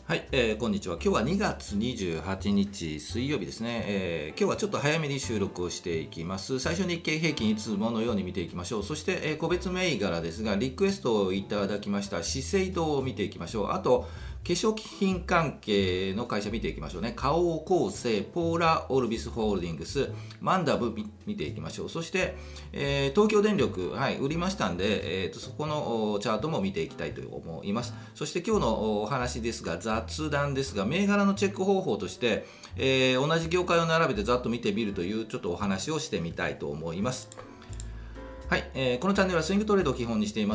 はい、こんにちは。今日は2月28日水曜日ですね。今日はちょっと早めに収録をしていきます。最初日経平均いつものように見ていきましょう。そして、個別銘柄ですが、リクエストをいただきました資生堂を見ていきましょう。あと、化粧品関係の会社見ていきましょうね。花王工成、ポーラオルビスホールディングス、マンダブ見ていきましょう。そして、東京電力、売りましたんで、そこのチャートも見ていきたいと思います。そして今日のお話ですが、雑談ですが、銘柄のチェック方法として、同じ業界を並べてざっと見てみるというちょっとお話をしてみたいと思います。はい、このチャンネルはスイングトレードを基本にしています。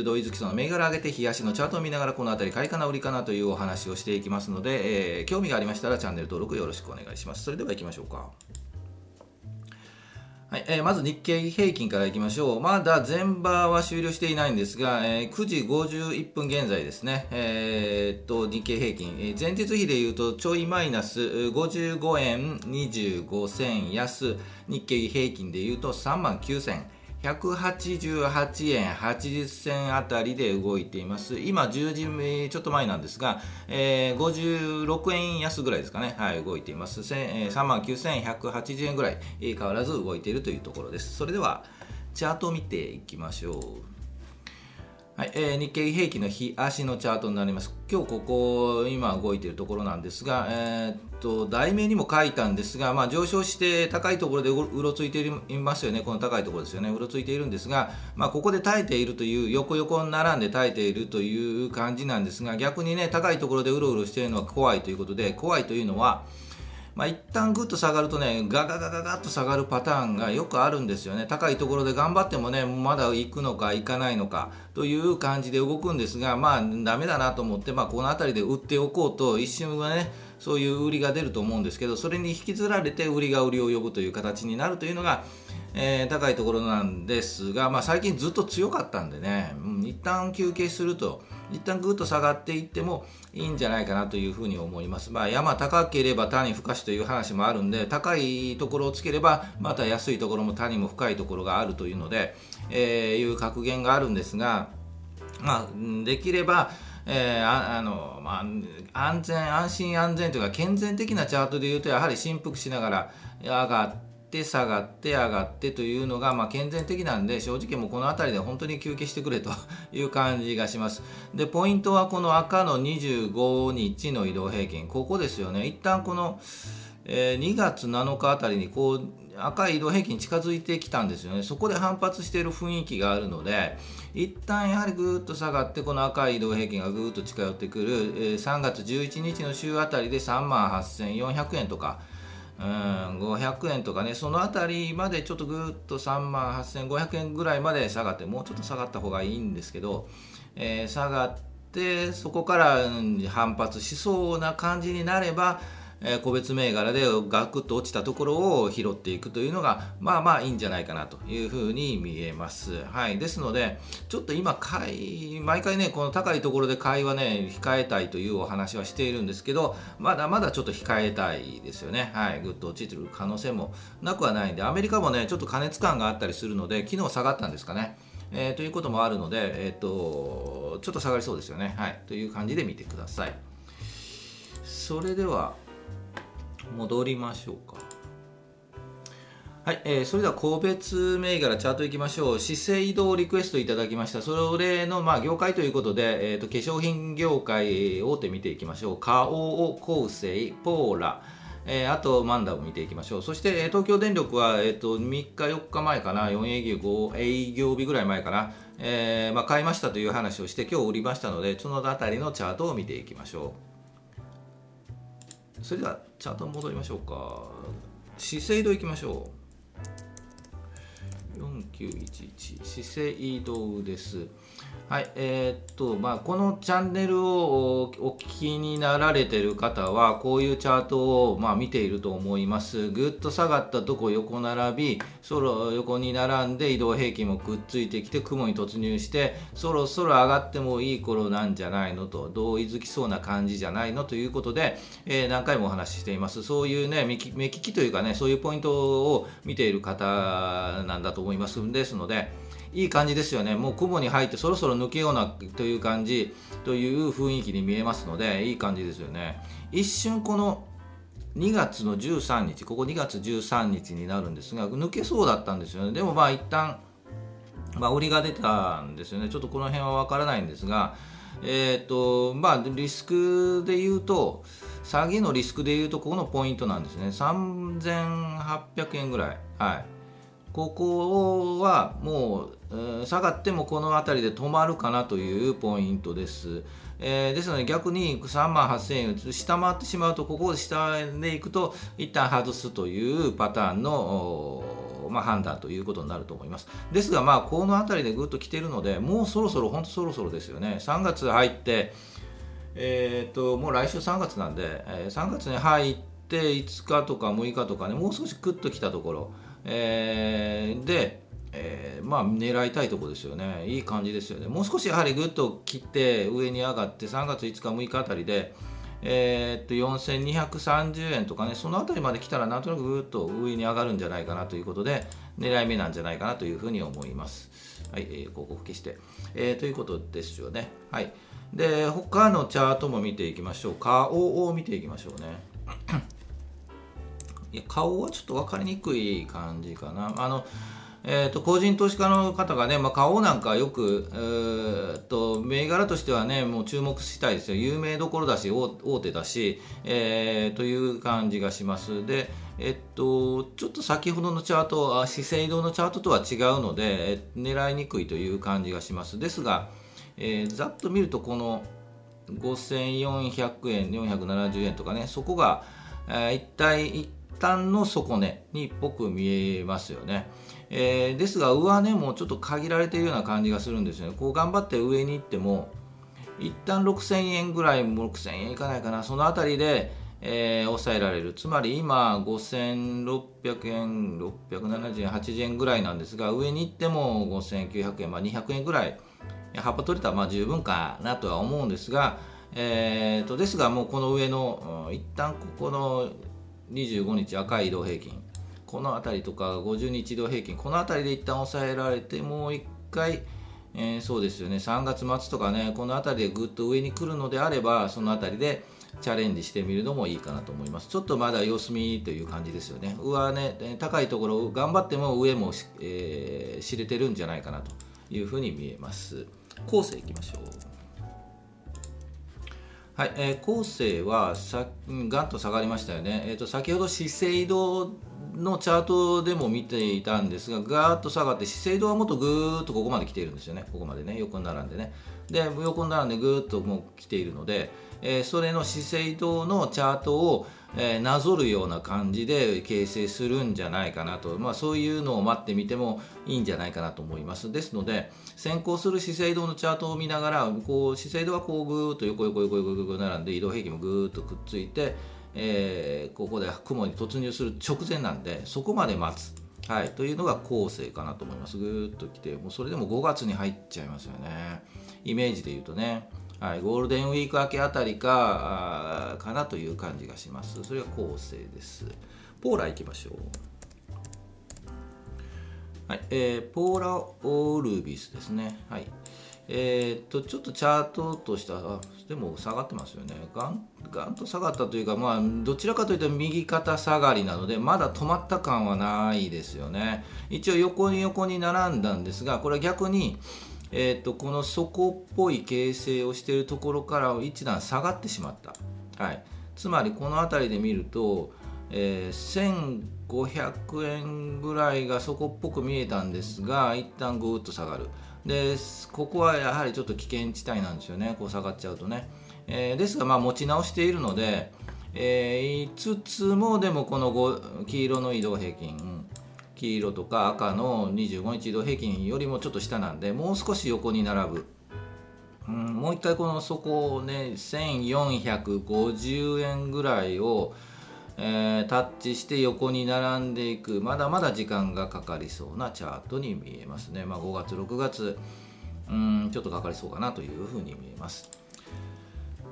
土井月の銘柄上げて冷やしのチャートを見ながらこのあたり買いかな売りかなというお話をしていきますので、興味がありましたらチャンネル登録よろしくお願いします。それでは行きましょうか。はい、まず日経平均からいきましょう。まだ前場は終了していないんですが、9時51分現在ですね、日経平均、前日比でいうとちょいマイナス55円25銭安、日経平均でいうと3万9188円80銭あたりで動いています。今10時ちょっと前なんですが、56円安ぐらいですかね、動いています。3万9180円ぐらい、変わらず動いているというところです。それではチャートを見ていきましょう。はい、日経平均の日足のチャートになります。今日ここ今動いているところなんですが、題名にも書いたんですが、上昇して高いところでうろついていますよね。この高いところですよね。うろついているんですが、ここで耐えているという、横に並んで耐えているという感じなんですが、逆にね、高いところでうろうろしているのは怖いということで、怖いというのは一旦ぐっと下がるとね、ガッと下がるパターンがよくあるんですよね。高いところで頑張ってもね、まだ行くのか行かないのかという感じで動くんですが、ダメだなと思って、この辺りで売っておこうと一瞬はね、そういう売りが出ると思うんですけど、それに引きずられて売りが売りを呼ぶという形になるというのが、高いところなんですが、最近ずっと強かったんでね、一旦休憩すると、一旦ぐっと下がっていってもいいんじゃないかなというふうに思います。山高ければ谷深しという話もあるんで、高いところをつければまた安いところも谷も深いところがあるというので、いう格言があるんですが、できれば安心安全というか健全的なチャートでいうと、やはり振幅しながら上がって下がって上がってというのが健全的なんで、正直もうこの辺りで本当に休憩してくれという感じがします。でポイントはこの赤の25日の移動平均、ここですよね。一旦この2月7日あたりにこう赤い移動平均に近づいてきたんですよね。そこで反発している雰囲気があるので、一旦やはりぐーっと下がって、この赤い移動平均がぐーっと近寄ってくる、3月11日の週あたりで3万8400円とか500円とかね、そのあたりまでちょっとぐーっと3万8500円ぐらいまで下がって、もうちょっと下がった方がいいんですけど、下がってそこから反発しそうな感じになれば、個別銘柄でガクッと落ちたところを拾っていくというのがいいんじゃないかなというふうに見えます。ですのでちょっと今毎回ね、この高いところで買いはね控えたいというお話はしているんですけど、まだまだちょっと控えたいですよね。ぐっと落ちてる可能性もなくはないんで、アメリカもねちょっと過熱感があったりするので、昨日下がったんですかね。ということもあるので、ちょっと下がりそうですよね。という感じで見てください。それでは戻りましょうか。それでは個別銘柄チャートいきましょう。資生堂リクエストいただきました。それの業界ということで、化粧品業界大手見ていきましょう。花王工成、ポーラ、あとマンダを見ていきましょう。そして、東京電力は、3日4日前かな、4営業5営業日ぐらい前かな、買いましたという話をして今日売りましたので、そのあたりのチャートを見ていきましょう。それではチャートに戻りましょうか。資生堂いきましょう。4911資生堂です。このチャンネルをお聞きになられている方はこういうチャートを見ていると思います。ぐっと下がったとこ横並び、横に並んで移動平均もくっついてきて雲に突入して、そろそろ上がってもいい頃なんじゃないのと、同意づきそうな感じじゃないのということで、何回もお話ししています。そういうね目利きというかね、そういうポイントを見ている方なんだと思います。ですのでいい感じですよね。もう雲に入ってそろそろ抜けようなという感じという雰囲気に見えますので、いい感じですよね。一瞬この2月の13日、ここ2月13日になるんですが、抜けそうだったんですよね。でも一旦、売りが出たんですよね。ちょっとこの辺は分からないんですが、リスクで言うと、下げのリスクで言うと、ここのポイントなんですね。3800円ぐらい。はい。ここはもう、下がってもこの辺りで止まるかなというポイントです。ですので逆に3万8000円を下回ってしまうと、ここを下でいくと一旦外すというパターンの判断ということになると思います。ですがこの辺りでぐっと来ているので、もうそろそろ本当そろそろですよね。3月入ってもう来週3月なんで、3月に入って5日とか6日とかね、もう少しクッと来たところ、狙いたいところですよね。いい感じですよね。もう少しやはりぐっと切って上に上がって3月5日6日あたりで、4230円とかね、そのあたりまで来たらなんとなくぐっと上に上がるんじゃないかなということで、狙い目なんじゃないかなというふうに思います。はい、広告消して、ということですよね。はい。で、他のチャートも見ていきましょう。顔を見ていきましょうね。いや、顔はちょっと分かりにくい感じかな。個人投資家の方がね、顔なんかよく、銘柄としてはね、もう注目したいですよ。有名どころだし、大手だし、という感じがします。で、ちょっと先ほどのチャート、資生堂のチャートとは違うので、狙いにくいという感じがします。ですが、ざっと見ると、この5400円、470円とかね、そこが、一旦の底値にっぽく見えますよね。ですが上値もちょっと限られているような感じがするんですよね。こう頑張って上に行っても一旦6000円ぐらい、もう6000円いかないかな、そのあたりで、抑えられる。つまり今5600円、670円、80円ぐらいなんですが、上に行っても5900円、200円ぐらい幅取れたら十分かなとは思うんですが、ですがもうこの上の一旦ここの25日赤い移動平均、この辺りとか50日移動平均、この辺りで一旦抑えられて、もう一回、そうですよね、3月末とかね、この辺りでぐっと上に来るのであれば、その辺りでチャレンジしてみるのもいいかなと思います。ちょっとまだ様子見という感じですよね。上ね、高いところ頑張っても上も、知れてるんじゃないかなというふうに見えます。後世いきましょう。はい、後世はガンと下がりましたよね。先ほど資生堂のチャートでも見ていたんですが、ガーッと下がって、資生堂はもっとぐーっとここまで来ているんですよね。ここまでね、横に並んでね。で、横に並んでぐーっともう来ているので、それの資生堂のチャートを、なぞるような感じで形成するんじゃないかなと、そういうのを待ってみてもいいんじゃないかなと思います。ですので、先行する資生堂のチャートを見ながら、こう資生堂はこうぐーっと横並んで、移動平均もぐーっとくっついて、ここで雲に突入する直前なんで、そこまで待つ、はい、というのが後世かなと思います。ぐーっと来て、もうそれでも5月に入っちゃいますよね。イメージで言うとね、はい、ゴールデンウィーク明けあたりかなという感じがします。それが後世です。ポーラ行きましょう。はい、ポーラオルビスですね。はい。ちょっとチャートとしてはでも下がってますよね。ガンと下がったというか、どちらかというと右肩下がりなので、まだ止まった感はないですよね。一応横に並んだんですが、これは逆にこの底っぽい形成をしているところから一段下がってしまった、はい、つまりこの辺りで見ると、1500円ぐらいが底っぽく見えたんですが、一旦ぐーっと下がる。で、ここはやはりちょっと危険地帯なんですよね、こう下がっちゃうとね。ですが持ち直しているので、5つもでもこの黄色の移動平均、黄色とか赤の25日移動平均よりもちょっと下なんで、もう少し横に並ぶ、もう一回この底をね、1450円ぐらいを、タッチして横に並んでいく、まだまだ時間がかかりそうなチャートに見えますね。5月6月ちょっとかかりそうかなというふうに見えます。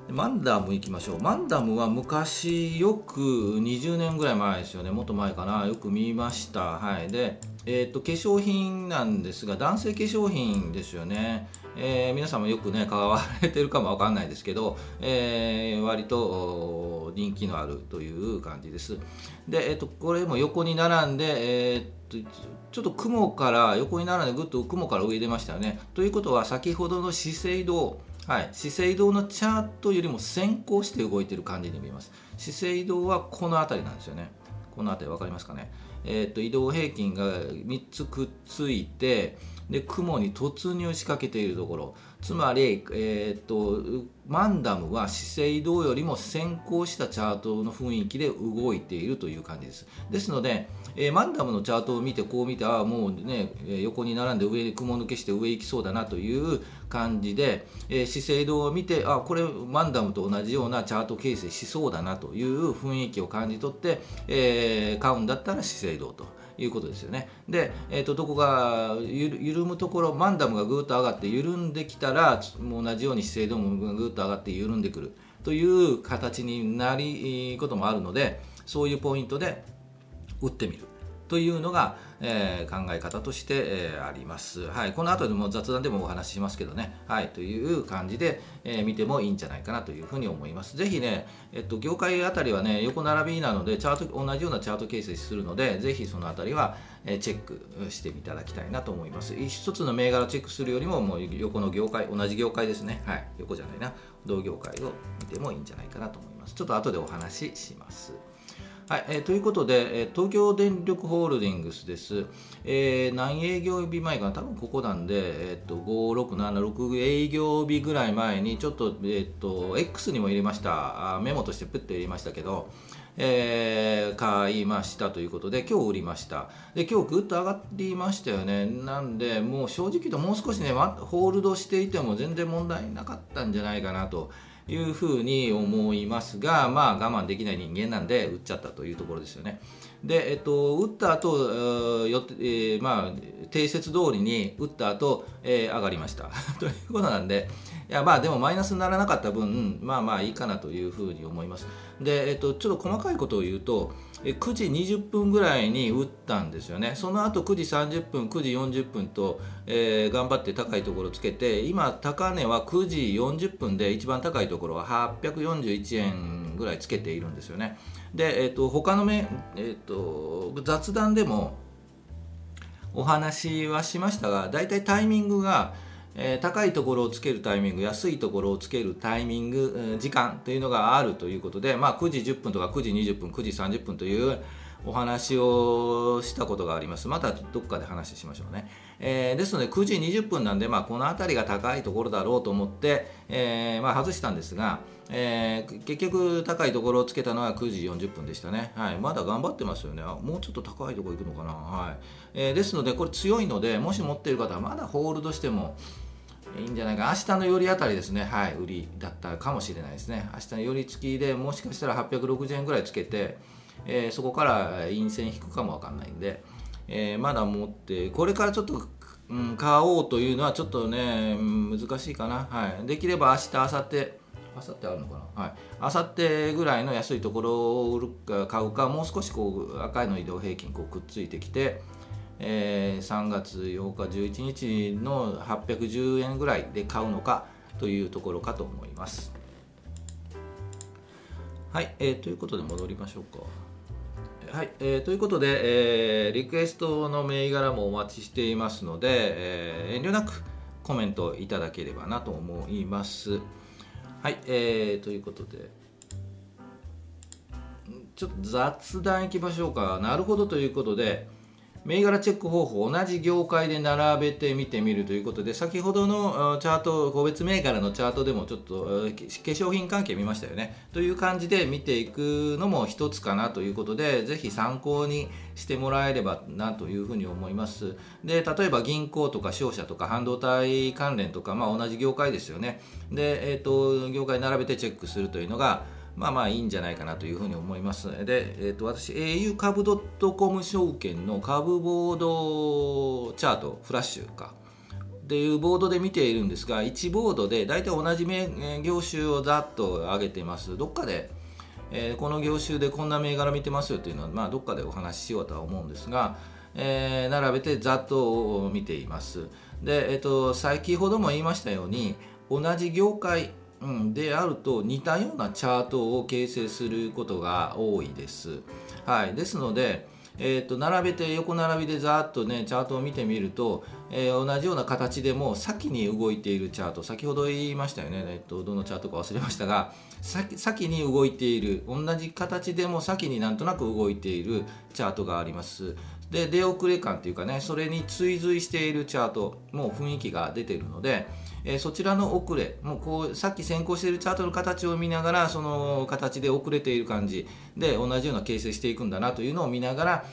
マンダム行きましょう。マンダムは昔よく20年ぐらい前ですよね、もっと前かな、よく見ました。はい。で、化粧品なんですが、男性化粧品ですよね。皆さんもよくね買われてるかもわかんないですけど、割と人気のあるという感じです。で、これも横に並んで、ちょっと雲から横に並んでぐっと雲から上出ましたよね。ということは先ほどの資生堂、はい、資生堂のチャートよりも先行して動いている感じに見えます。資生堂はこの辺りなんですよね。この辺り分かりますかね。移動平均が3つくっついて、で雲に突入しかけているところ、つまり、マンダムは資生堂よりも先行したチャートの雰囲気で動いているという感じです。ですので、マンダムのチャートを見てこう見て、もうね横に並んで上に雲抜けして上行きそうだなという感じで、資生堂を見てこれマンダムと同じようなチャート形成しそうだなという雰囲気を感じ取って、買うんだったら資生堂ということですよね。で、どこが緩むところ、マンダムがぐっと上がって緩んできたらもう同じように資生堂もぐっと上がって緩んでくるという形になることもあるので、そういうポイントで打ってみるというのが、考え方として、あります。はい、この後でも雑談でもお話ししますけどね、はい、という感じで、見てもいいんじゃないかなというふうに思います。ぜひね、業界あたりはね横並びなのでチャート同じようなチャート形成するので、ぜひそのあたりはチェックしていただきたいなと思います。一つの銘柄チェックするよりも、もう横の業界、同じ業界ですね、はい、横じゃないな、同業界を見てもいいんじゃないかなと思います。ちょっと後でお話しします。はい、ということで、東京電力ホールディングスです。何営業日前かな、多分ここなんで、5、6、7、6営業日ぐらい前にちょっと、X にも入れました。メモとしてプッと入れましたけど、買いましたということで、今日売りました。で、今日ぐっと上がりましたよね。なんで、もう正直言うともう少しね、ホールドしていても全然問題なかったんじゃないかなというふうに思いますが、まあ我慢できない人間なんで売っちゃったというところですよね。で、打った後、定説通りに打った後、上がりましたということなんで、いやでもマイナスにならなかった分、まあいいかなというふうに思います。で、ちょっと細かいことを言うと、9時20分ぐらいに打ったんですよね。その後9時30分、9時40分と、頑張って高いところをつけて、今高値は9時40分で一番高いところは841円ぐらいつけているんですよね。で、他の雑談でもお話はしましたが、だいたいタイミングが高いところをつけるタイミング、安いところをつけるタイミング、時間というのがあるということで、9時10分とか9時20分、9時30分というお話をしたことがあります。またどっかで話しましょうね。ですので9時20分なんで、この辺りが高いところだろうと思って、外したんですが、結局高いところをつけたのは9時40分でしたね。はい、まだ頑張ってますよね。もうちょっと高いところ行くのかな。はい、ですのでこれ強いので、もし持っている方はまだホールドしてもいいんじゃないか。明日の寄りあたりですね、はい、売りだったかもしれないですね。明日の寄り付きでもしかしたら860円ぐらいつけて、そこから陰線引くかもわかんないんで、まだ持ってこれからちょっと、買おうというのはちょっとね難しいかな。はい、できれば明日明後日あるのかな。はい、明後日ぐらいの安いところを売るか買うか、もう少しこう赤いの移動平均くっついてきて、3月8日11日の810円ぐらいで買うのかというところかと思います。はい、ということで戻りましょうか。はい、ということで、リクエストの銘柄もお待ちしていますので、遠慮なくコメントいただければなと思います。はい、ということでちょっと雑談いきましょうか。なるほどということで、銘柄チェック方法、同じ業界で並べて見てみるということで、先ほどのチャート、個別銘柄のチャートでもちょっと化粧品関係見ましたよね。という感じで見ていくのも一つかなということで、ぜひ参考にしてもらえればなというふうに思います。で、例えば銀行とか商社とか半導体関連とか、同じ業界ですよね。で、業界並べてチェックするというのがいいんじゃないかなというふうに思います。で、私 au 株 .com 証券の株ボードチャートフラッシュかっていうボードで見ているんですが、1ボードで大体同じ業種をざっと上げています。どっかで、この業種でこんな銘柄見てますよというのは、どっかでお話ししようとは思うんですが、並べてざっと見ています。で、先ほども言いましたように、同じ業界であると似たようなチャートを形成することが多いです。はい、ですので、並べて横並びでざーっとねチャートを見てみると、同じような形でも先に動いているチャート、先ほど言いましたよね、どのチャートか忘れましたが、先に動いている、同じ形でも先になんとなく動いているチャートがあります。で、出遅れ感というかね、それに追随しているチャートもう雰囲気が出ているので、そちらの遅れ、もうこうさっき先行しているチャートの形を見ながら、その形で遅れている感じで同じような形成していくんだなというのを見ながら、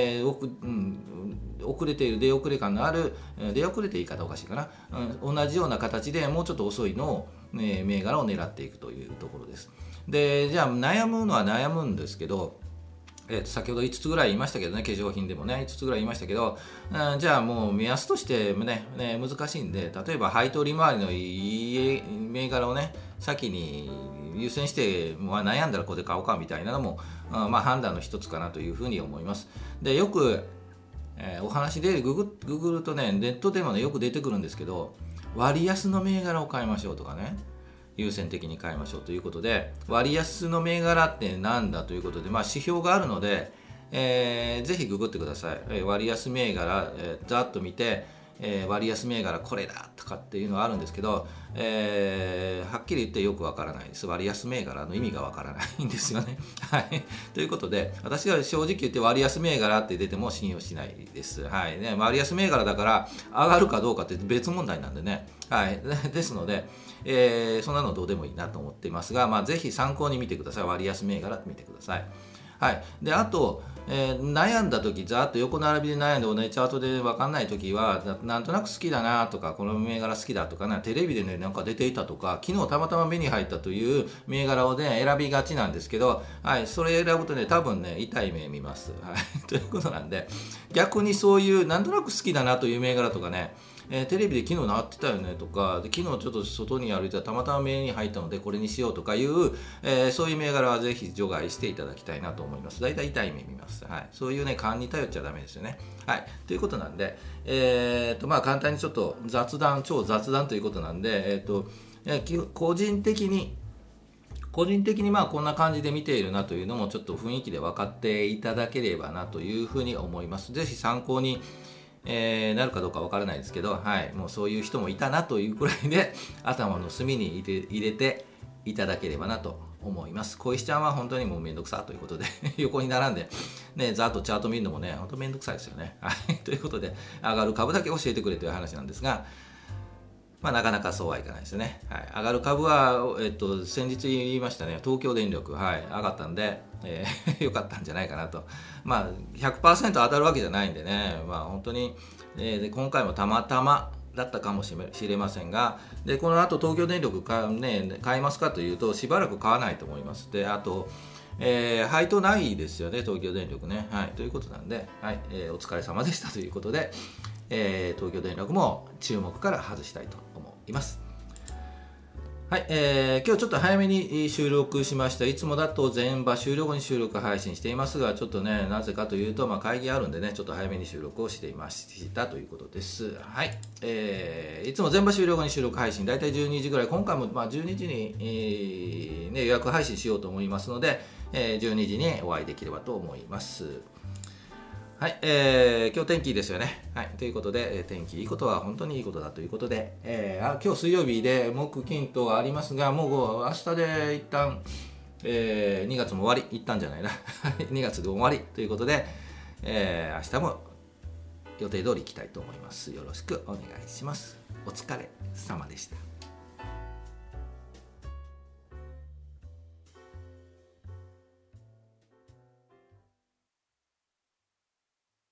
遅れている、出遅れ感のある、出遅れて言い方おかしいかな、同じような形でもうちょっと遅いのを、銘柄を狙っていくというところです。で、じゃあ悩むのは悩むんですけど、先ほど5つぐらい言いましたけどね、化粧品でもね5つぐらい言いましたけど、じゃあもう目安としてね難しいんで、例えば配当利回りのいい銘柄をね先に優先して、悩んだらここで買おうかみたいなのも、判断の一つかなというふうに思います。で、よく、お話でググるとね、ネットでもねよく出てくるんですけど、割安の銘柄を買いましょうとかね、優先的に買いましょうということで、割安の銘柄ってなんだということで、指標があるので、ぜひググってください。割安銘柄、ざっと見て、割安銘柄これだとかっていうのはあるんですけど、はっきり言ってよくわからないです。割安銘柄の意味がわからないんですよね。はい、ということで、私は正直言って割安銘柄って出ても信用しないです。はいね、割安銘柄だから上がるかどうかって別問題なんでね。はい、ですので、そんなのどうでもいいなと思っていますが、ぜひ参考に見てください。割安銘柄見てください。はい、であと、悩んだ時、ざっと横並びで悩んで同じチャートで分かんない時は、なんとなく好きだなとか、この銘柄好きだとかね、テレビでねなんか出ていたとか、昨日たまたま目に入ったという銘柄をね選びがちなんですけど、はい、それ選ぶとね多分ね痛い目見ます。はい、ということなんで、逆にそういうなんとなく好きだなという銘柄とかね、テレビで昨日なってたよねとか、で昨日ちょっと外に歩いてたまたま目に入ったのでこれにしようとかいう、そういう銘柄はぜひ除外していただきたいなと思います。だいたい痛い目見ます。はい、そういうね勘に頼っちゃダメですよね。はい、ということなんで、簡単にちょっと超雑談ということなんで、個人的にこんな感じで見ているなというのもちょっと雰囲気で分かっていただければなというふうに思います。ぜひ参考になるかどうかわからないですけど、はい、もうそういう人もいたなというくらいで頭の隅に入れていただければなと思います。小石ちゃんは本当にもうめんどくさということで横に並んで、ざっとチャート見るのもね本当めんどくさいですよね。はい、ということで上がる株だけ教えてくれという話なんですが、なかなかそうはいかないですね。はい、上がる株は、先日言いましたね、東京電力、はい、上がったんで、良かったんじゃないかなと。100% 当たるわけじゃないんでね、本当に、で今回もたまたまだったかもしれませんが、でこの後東京電力買いますかというと、しばらく買わないと思います。であと、配当ないですよね、東京電力ね。はい、ということなんで、はい、お疲れ様でしたということで、東京電力も注目から外したいと思います。はい、今日ちょっと早めに収録しました。いつもだと全場終了後に収録配信していますが、ちょっとねなぜかというと、会議あるんでねちょっと早めに収録をしていましたということです。はい、いつも全場終了後に収録配信、だいたい12時ぐらい、今回も12時に、予約配信しようと思いますので、12時にお会いできればと思います。はい、今日天気いいですよね。はい、ということで、天気いいことは本当にいいことだということで、今日水曜日で木金とありますが、もう明日で一旦、2月も終わり、一旦じゃないな2月で終わりということで、明日も予定通り行きたいと思います。よろしくお願いします。お疲れ様でした。